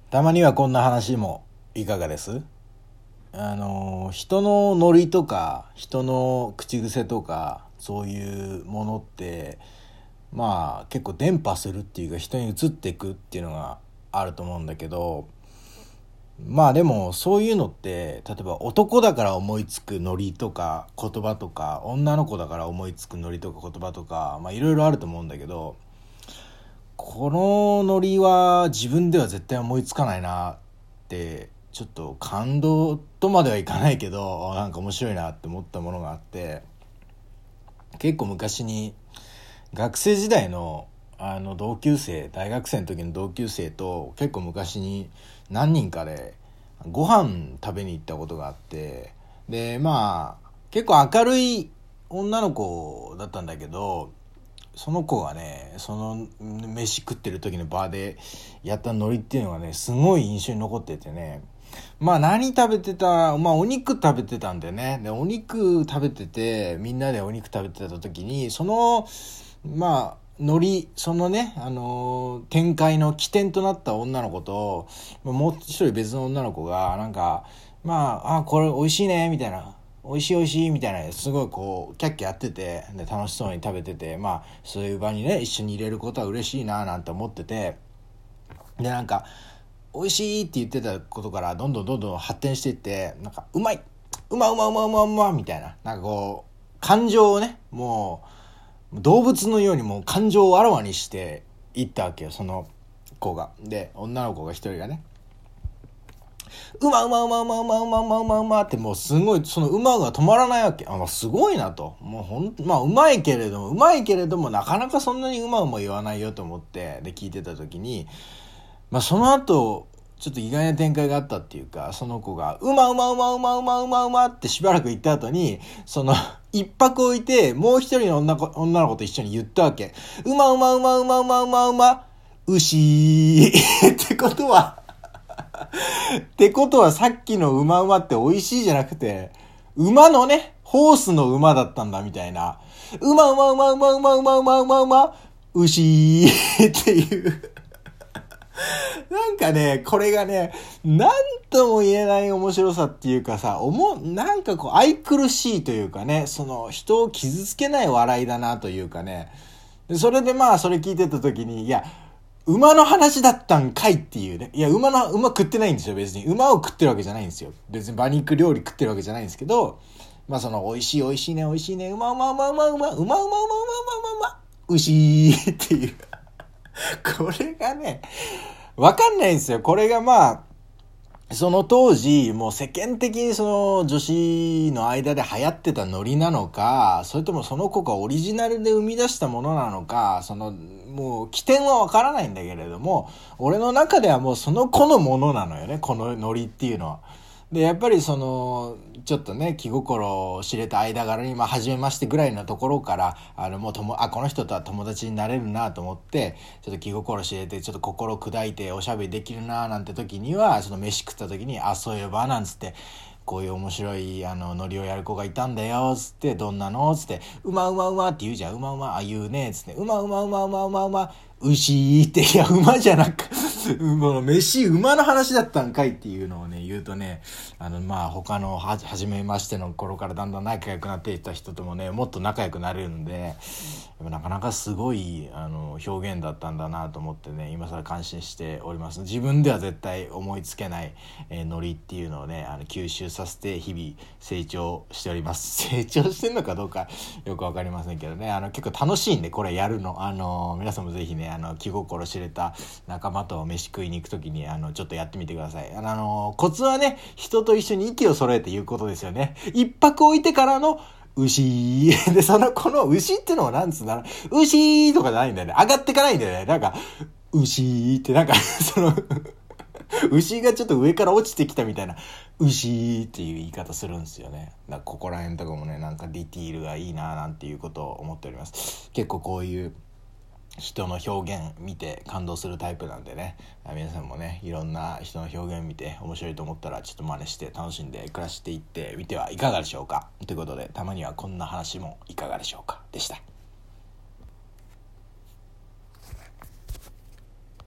たまにはこんな話もいかがです？人のノリとか人の口癖とかそういうものって結構伝播するっていうか人に移っていくっていうのがあると思うんだけど、でもそういうのって例えば男だから思いつくノリとか言葉とか、女の子だから思いつくノリとか言葉とかいろいろあると思うんだけど、このノリは自分では絶対思いつかないなってちょっと感動とまではいかないけどなんか面白いなって思ったものがあって、結構昔に学生時代の同級生、大学生の時の同級生と結構昔に何人かでご飯食べに行ったことがあって、で結構明るい女の子だったんだけど、その子がねその飯食ってる時のバーでやったノリっていうのがねすごい印象に残っててね、何食べてた、お肉食べてたんだよね。でお肉食べてて、みんなでお肉食べてた時にそのノリ、そのね展開の起点となった女の子ともう一人別の女の子がなんかこれ美味しいねみたいな、美味しい美味しいみたいな、すごいこうキャッキャやってて、で楽しそうに食べてて、そういう場にね一緒に入れることは嬉しいななんて思ってて、でなんか美味しいって言ってたことからどんどん発展していって、なんかうまい、うまうまうまうまうまみたいな、なんかこう感情をねもう動物のようにもう感情をあらわにしていったわけよ、その子が。で女の子が一人がね、うまうまうまうまうまうまうまうまうまってもうすごいそのうまが止まらないわけ。すごいなと、もううまいけれどもなかなかそんなにうまうま言わないよと思ってで聞いてた時に、その後ちょっと意外な展開があったっていうか、その子がうまうまうまうまうまうまうまってしばらく言った後に、その一泊置いてもう一人の女の子と一緒に言ったわけ。うまうまうまうまうまうまうま牛ってことはさっきのうまうまって美味しいじゃなくて馬のねホースの馬だったんだみたいな、うまうまうまうまうまうまうまうまうま牛っていうなんかねこれがねなんとも言えない面白さっていうかさ、なんかこう愛くるしいというかね、その人を傷つけない笑いだなというかね。それでそれ聞いてた時に、いや馬の話だったんかいっていうね。いや馬食ってないんですよ、別に馬を食ってるわけじゃないんですよ、別に馬肉料理食ってるわけじゃないんですけど、その美味しい美味しいね美味しいねうまうまうまうまうまうまうまうまうまうまうま牛っていうこれがねわかんないんですよ。これがその当時もう世間的にその女子の間で流行ってたノリなのか、それともその子がオリジナルで生み出したものなのか、そのもう起点はわからないんだけれども、俺の中ではもうその子のものなのよね、このノリっていうのは。でやっぱりそのちょっとね気心を知れた間柄に初めましてぐらいのところからもうこの人とは友達になれるなと思ってちょっと気心知れてちょっと心砕いておしゃべりできるななんて時には、その飯食った時にそういえばなんつって、こういう面白いノリをやる子がいたんだよつって、どんなのつってうまうまうまって言うじゃん、うまうま言うねつって、うまうまうまうまうまうま牛って、いや馬じゃなく飯馬の話だったんかいっていうのをね言うとね、他の初めましての頃からだんだん仲良くなっていった人ともねもっと仲良くなれるんで、なかなかすごい表現だったんだなと思ってね、今更感心しております。自分では絶対思いつけない、ノリっていうのをね吸収させて日々成長しております。成長してんのかどうかよくわかりませんけどね、結構楽しいんでこれやるの、皆さんもぜひね気心知れた仲間と飯食いに行くときにちょっとやってみてください。コツはね人と一緒に息を揃えて言うことですよね。一泊置いてからの牛で、この牛ってのはなんつうんだろう、牛とかじゃないんだよね、上がってかないんだよね、なんか牛ってなんかその牛がちょっと上から落ちてきたみたいな牛っていう言い方するんですよね。ここら辺とかもねなんかディティールがいいななんていうことを思っております。結構こういう人の表現見て感動するタイプなんでね、皆さんもねいろんな人の表現見て面白いと思ったらちょっと真似して楽しんで暮らしていってみてはいかがでしょうか。ということでたまにはこんな話もいかがでしょうかでした。